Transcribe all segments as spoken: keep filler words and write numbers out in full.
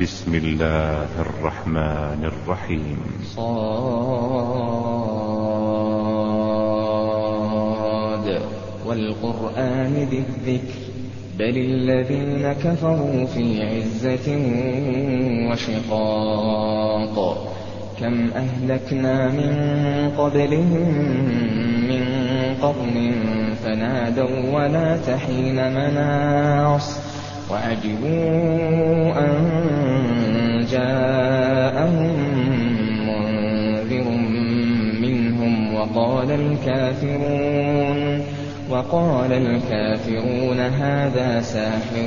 بسم الله الرحمن الرحيم. صاد والقرآن ذي الذكر بل الذين كفروا في عزة وشقاق كم أهلكنا من قبلهم من قرن فنادوا ولا تحين مناص وعجبوا أن جاءهم منذر منهم وقال الكافرون وقال الكافرون هذا ساحر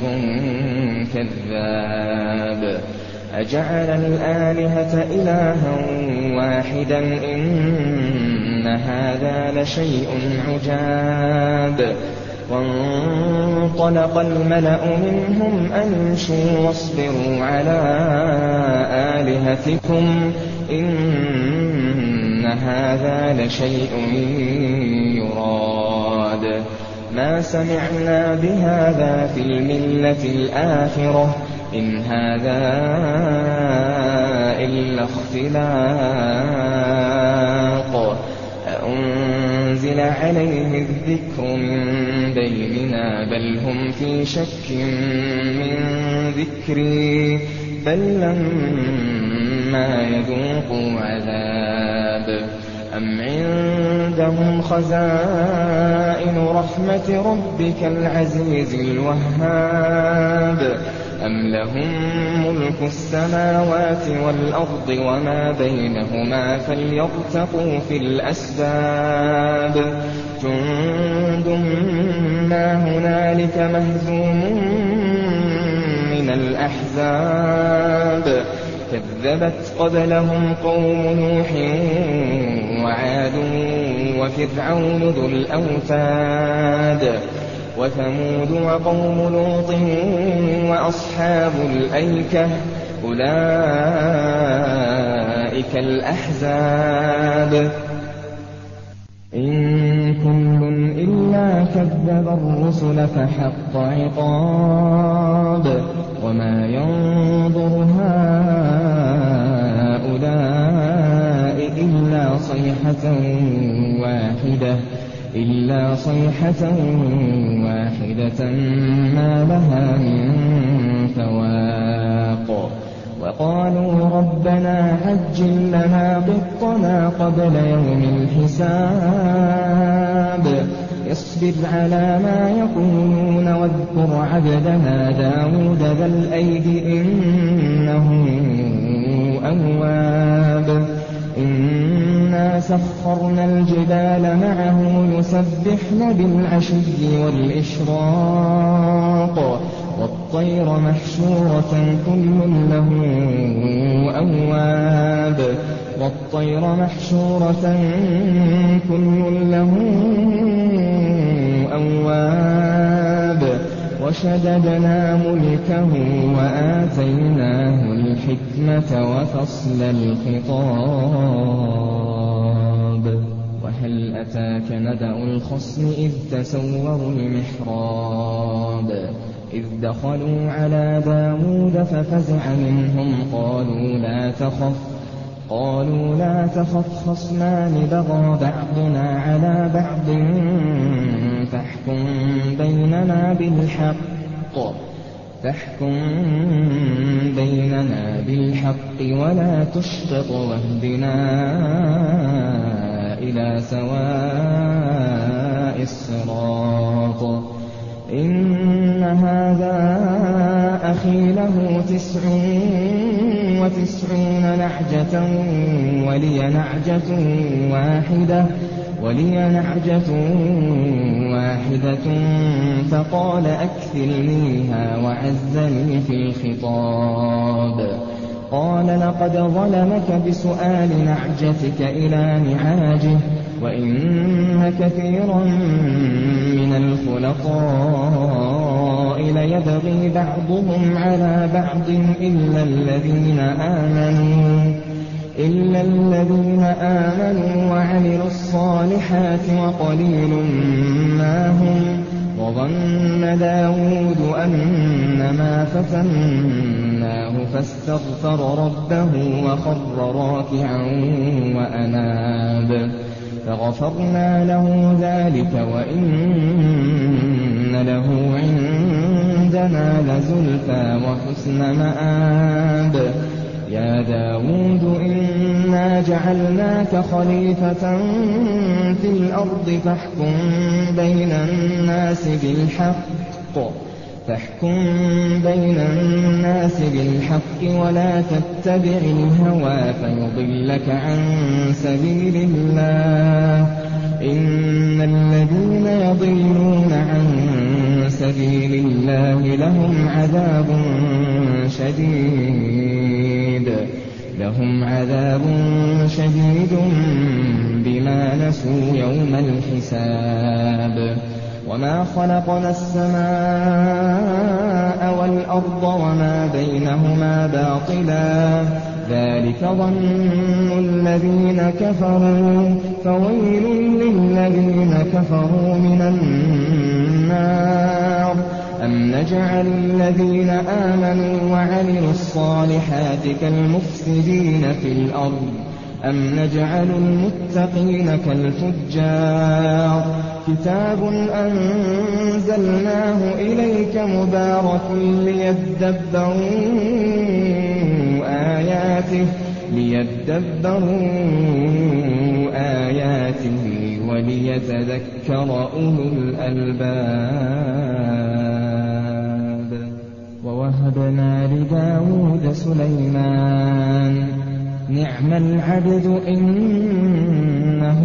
كذاب أجعل الآلهة إلها واحدا إن هذا لشيء عجاب وانطلق الملأ منهم أن امشوا واصبروا على آلهتكم إن هذا لشيء يراد ما سمعنا بهذا في الملة الآخرة إن هذا إلا اختلاق أأنزل عليه الذكر من بيننا بل هم في شك من ذكري بل لما يذوقوا عذاب أم عندهم خزائن رحمة ربك العزيز الوهاب أم لهم ملك السماوات والأرض وما بينهما فليرتقوا في الأسباب جند ما هنالك مهزوم من الأحزاب كذبت قبلهم قوم نوح وعاد وفرعون ذو الأوتاد وثمود وقوم لوط وأصحاب الأيكة أولئك الأحزاب إن كل إلا كذب الرسل فحق عقاب وما ينظر هؤلاء إلا صيحة واحدة إلا صيحة واحدة ما لها من فواق وقالوا ربنا عجل لنا قطنا قبل يوم الحساب اصبر على ما يقولون واذكر عبدنا داود ذا الأيد إنه أواب إنا سخرنا الجبال معه يسبحن بالعشي والإشراق والطير محشورة كل له أواب والطير محشورة كل له أواب وشددنا ملكه وآتيناه الحكمة وفصل الخطاب وهل أتاك نبأ الخصم إذ تسوروا المحراب إذ دخلوا على داود ففزع منهم قالوا لا تخف قالوا لا تخف خصمان بغى بعضنا على بعض فاحكم بيننا بالحق فاحكم بيننا بالحق ولا تشطط واهدنا إلى سواء الصراط إن هذا أخي له تسع وتسعون نعجة ولي نعجة واحدة ولي نعجة واحدة فقال أكفلنيها وعزني في الخطاب قال لقد ظلمك بسؤال نعجتك إلى نعاجه وإن كثيرا من الخلطاء ليبغي بعضهم على بعض إلا الذين آمنوا إلا الذين آمنوا وعملوا الصالحات وقليل ما هم وظن داود أنما فتناه فاستغفر ربه وخر راكعا وأناب فغفرنا له ذلك وإن له عندنا لزلفى وحسن مآب يا داود إنا جعلناك خليفة في الأرض فاحكم بين الناس بالحق فاحكم بين الناس بالحق ولا تتبع الهوى فيضلك عن سبيل الله إن الذين يضلون عن سبيل الله لهم عذاب شديد لهم عذاب شديد بما نسوا يوم الحساب وما خلقنا السماء والأرض وما بينهما باطلا ذلك ظن الذين كفروا فويل للذين كفروا من النار أم نجعل الذين آمنوا وعملوا الصالحات كالمفسدين في الأرض أم نجعل المتقين كالفجار كتاب أنزلناه إليك مبارك ليدبروا آياته ليدبروا آياته وليتذكر أولو الألباب ووهبنا لداود سليمان نعم العبد إنه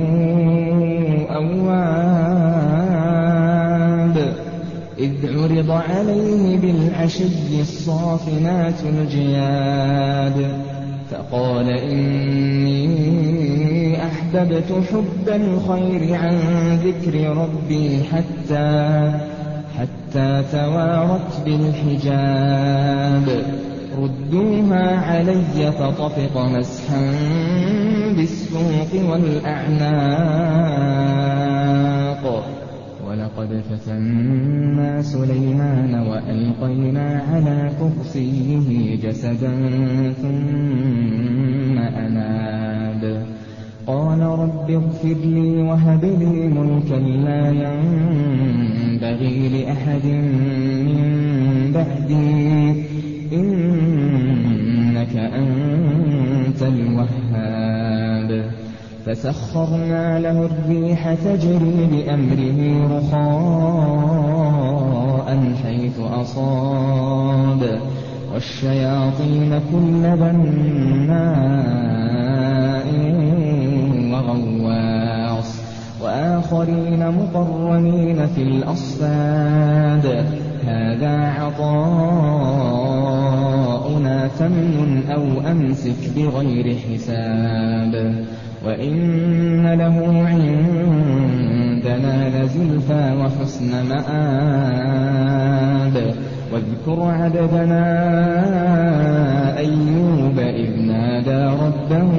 أواب إذ عرض عليه بالعشي الصافنات الجياد فقال إني أحببت حب الخير عن ذكر ربي حتى حتى توارت بالحجاب ردوها علي فطفق مسحا بالسوق والأعناق ولقد فتنا سليمان وألقينا على كرسيه جسدا ثم أناب قال رب اغفر لي وهب لي ملكا لا ينبغي لأحد من بعدي إنك أنت الوهاب فسخرنا له الريح تجري بأمره رخاء حيث أصاب والشياطين كل بناء وغواص وآخرين مقرنين في الأصفاد هذا عطاؤنا فامنن أو أمسك بغير حساب وإن له عندنا لزلفى وحسن مآب واذكر عبدنا أيوب إذ نادى ربه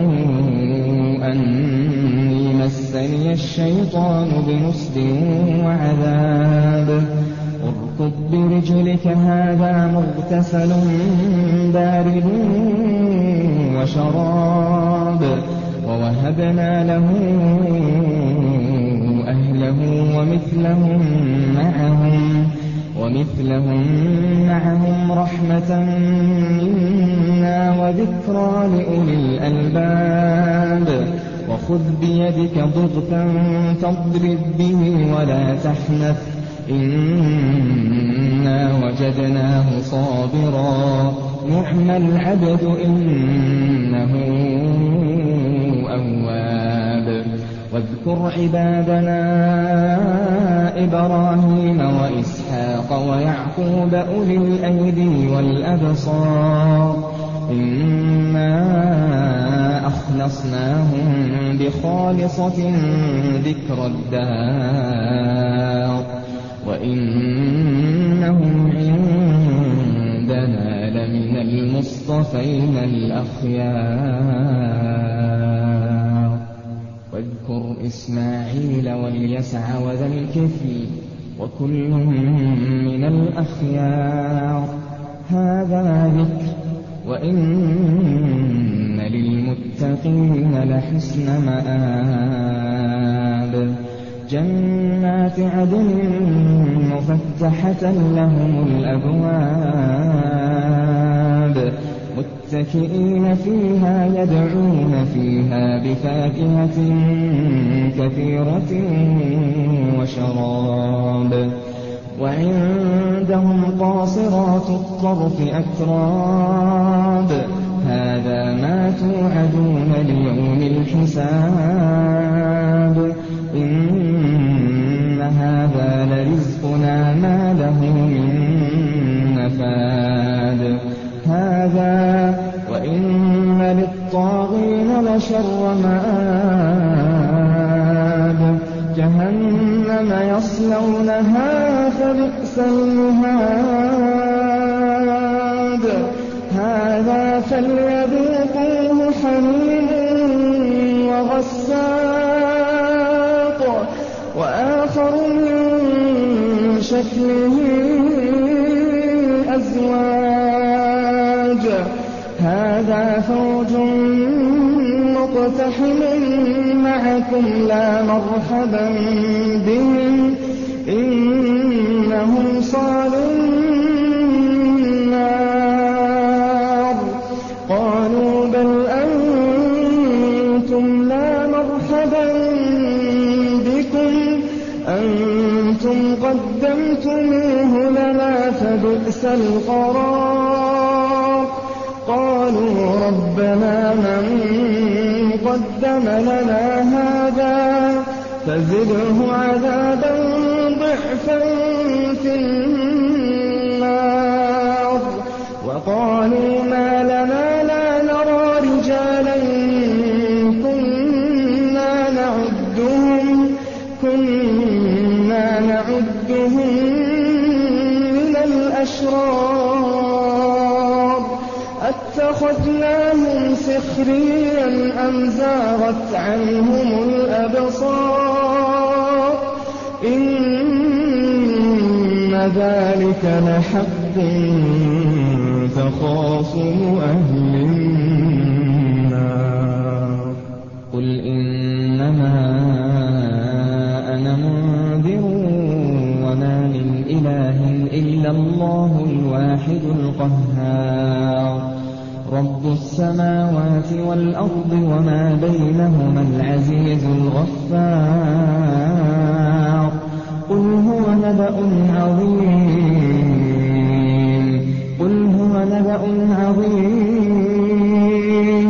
أني مسني الشيطان بنصب وعذاب اركض برجلك هذا مغتسل بارد وشراب ووهبنا له أهله ومثلهم معهم ومثلهم معهم رحمة منا وذكرى لأولي الألباب وخذ بيدك ضغثا فاضرب به ولا تحنث إنا وجدناه صابرا نعم العبد إنه أواب واذكر عبادنا إبراهيم وإسحاق ويعقوب أولي الأيدي والأبصار إنا أخلصناهم بخالصة ذكر الدار وإنهم عندنا لمن المصطفين الأخيار واذكر إسماعيل واليسع وذا الكفل وكل من الأخيار. هذا ذكر وإن للمتقين لحسن مآب. جنات عدن مفتحة لهم الأبواب متكئين فيها يدعون فيها بفاكهة كثيرة وشراب. وعندهم قاصرات الطرف أتراب. هذا ما توعدون ليوم الحساب. إن هذا لرزقنا ما له من نفاد. هذا وإن للطاغين لشر مآب. جهنم يصلونها فبئس المهاد. هذا فليذوقوه حميم وغساق وآخر من شكله أزواج. هذا فوج مقتحم معكم لا مرحبا بهم إنهم صالوا النار. قالوا بل أنتم لا مرحبا بكم أنتم قدمتموه لنا فبئس القرار. قالوا ربنا من قدم لنا هذا فزده عذابا ضعفا في النار. وقالوا ما لنا لا نرى رجالا كنا نعدهم كنا نعدهم من الأشرار أتخذناهم سخريا أم زاغت عنهم الأبصار. إن ذلك لحق تخاصم أهل النار. قل إنما أنا منذر وما من إله إلا الله الواحد القهار. رب السماوات والأرض وما بينهما العزيز الغفار. قل هو نبأ عظيم قل هو نبأ عظيم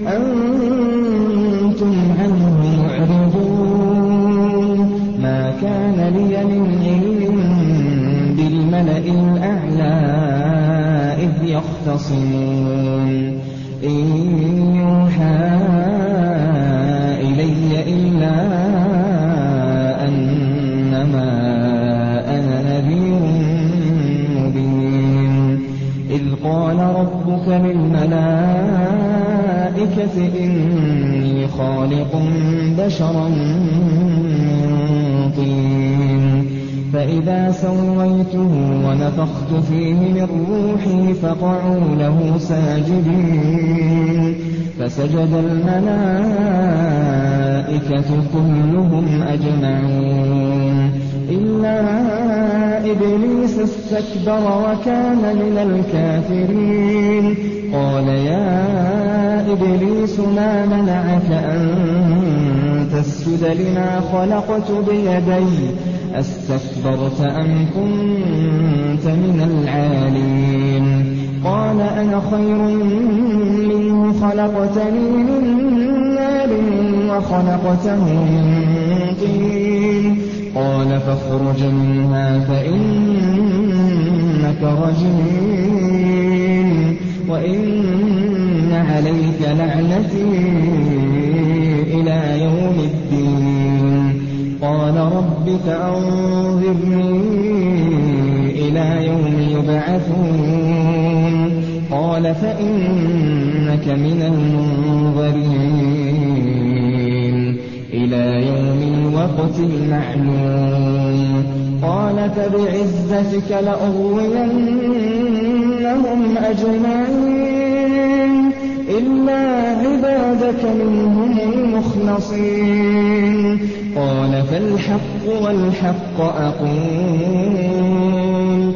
أنتم عنه معرضون. ما كان لي من علم بالملأ الأعلى إذ يختصمون. إن يوحى إلي إلا أنما أنا نذير مبين. إذ قال ربك للملائكة إني خالق بشرا من طين فإذا سويته ونفخت فيه من روحي فقعوا له ساجدين. فسجد الملائكة كلهم أجمعون إلا إبليس استكبر وكان من الكافرين. قال يا إبليس ما منعك أن تسجد لما خلقت بيدي أستكبرت أم كنت من العالين. قال أنا خير منه خلقتني من نار وخلقته من طين. قال فاخرج منها فإنك رجيم وإن عليك لعنتي إلى يوم الدين. قال رب فأنظرني إلى يوم يبعثون. قال فإنك من المنظرين إلى يوم الوقت المعلوم. قال فبعزتك لأغوينهم أجمعين إلا عبادك منهم المخلصين قال فالحق والحق أقول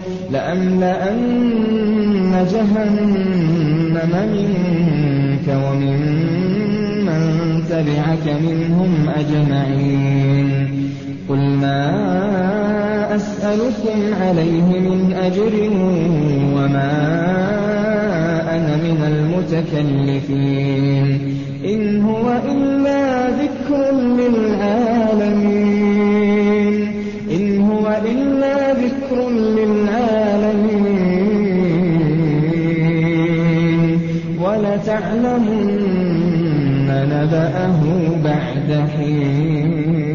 لأملأن جهنم منك ومن من تبعك منهم أجمعين قل ما أسألكم عليه من أجر وما أنا من المتكلفين إن هو إلا ذكر للعالمين إن هو إلا ذكر للعالمين ولتعلمن نبأه بعد حين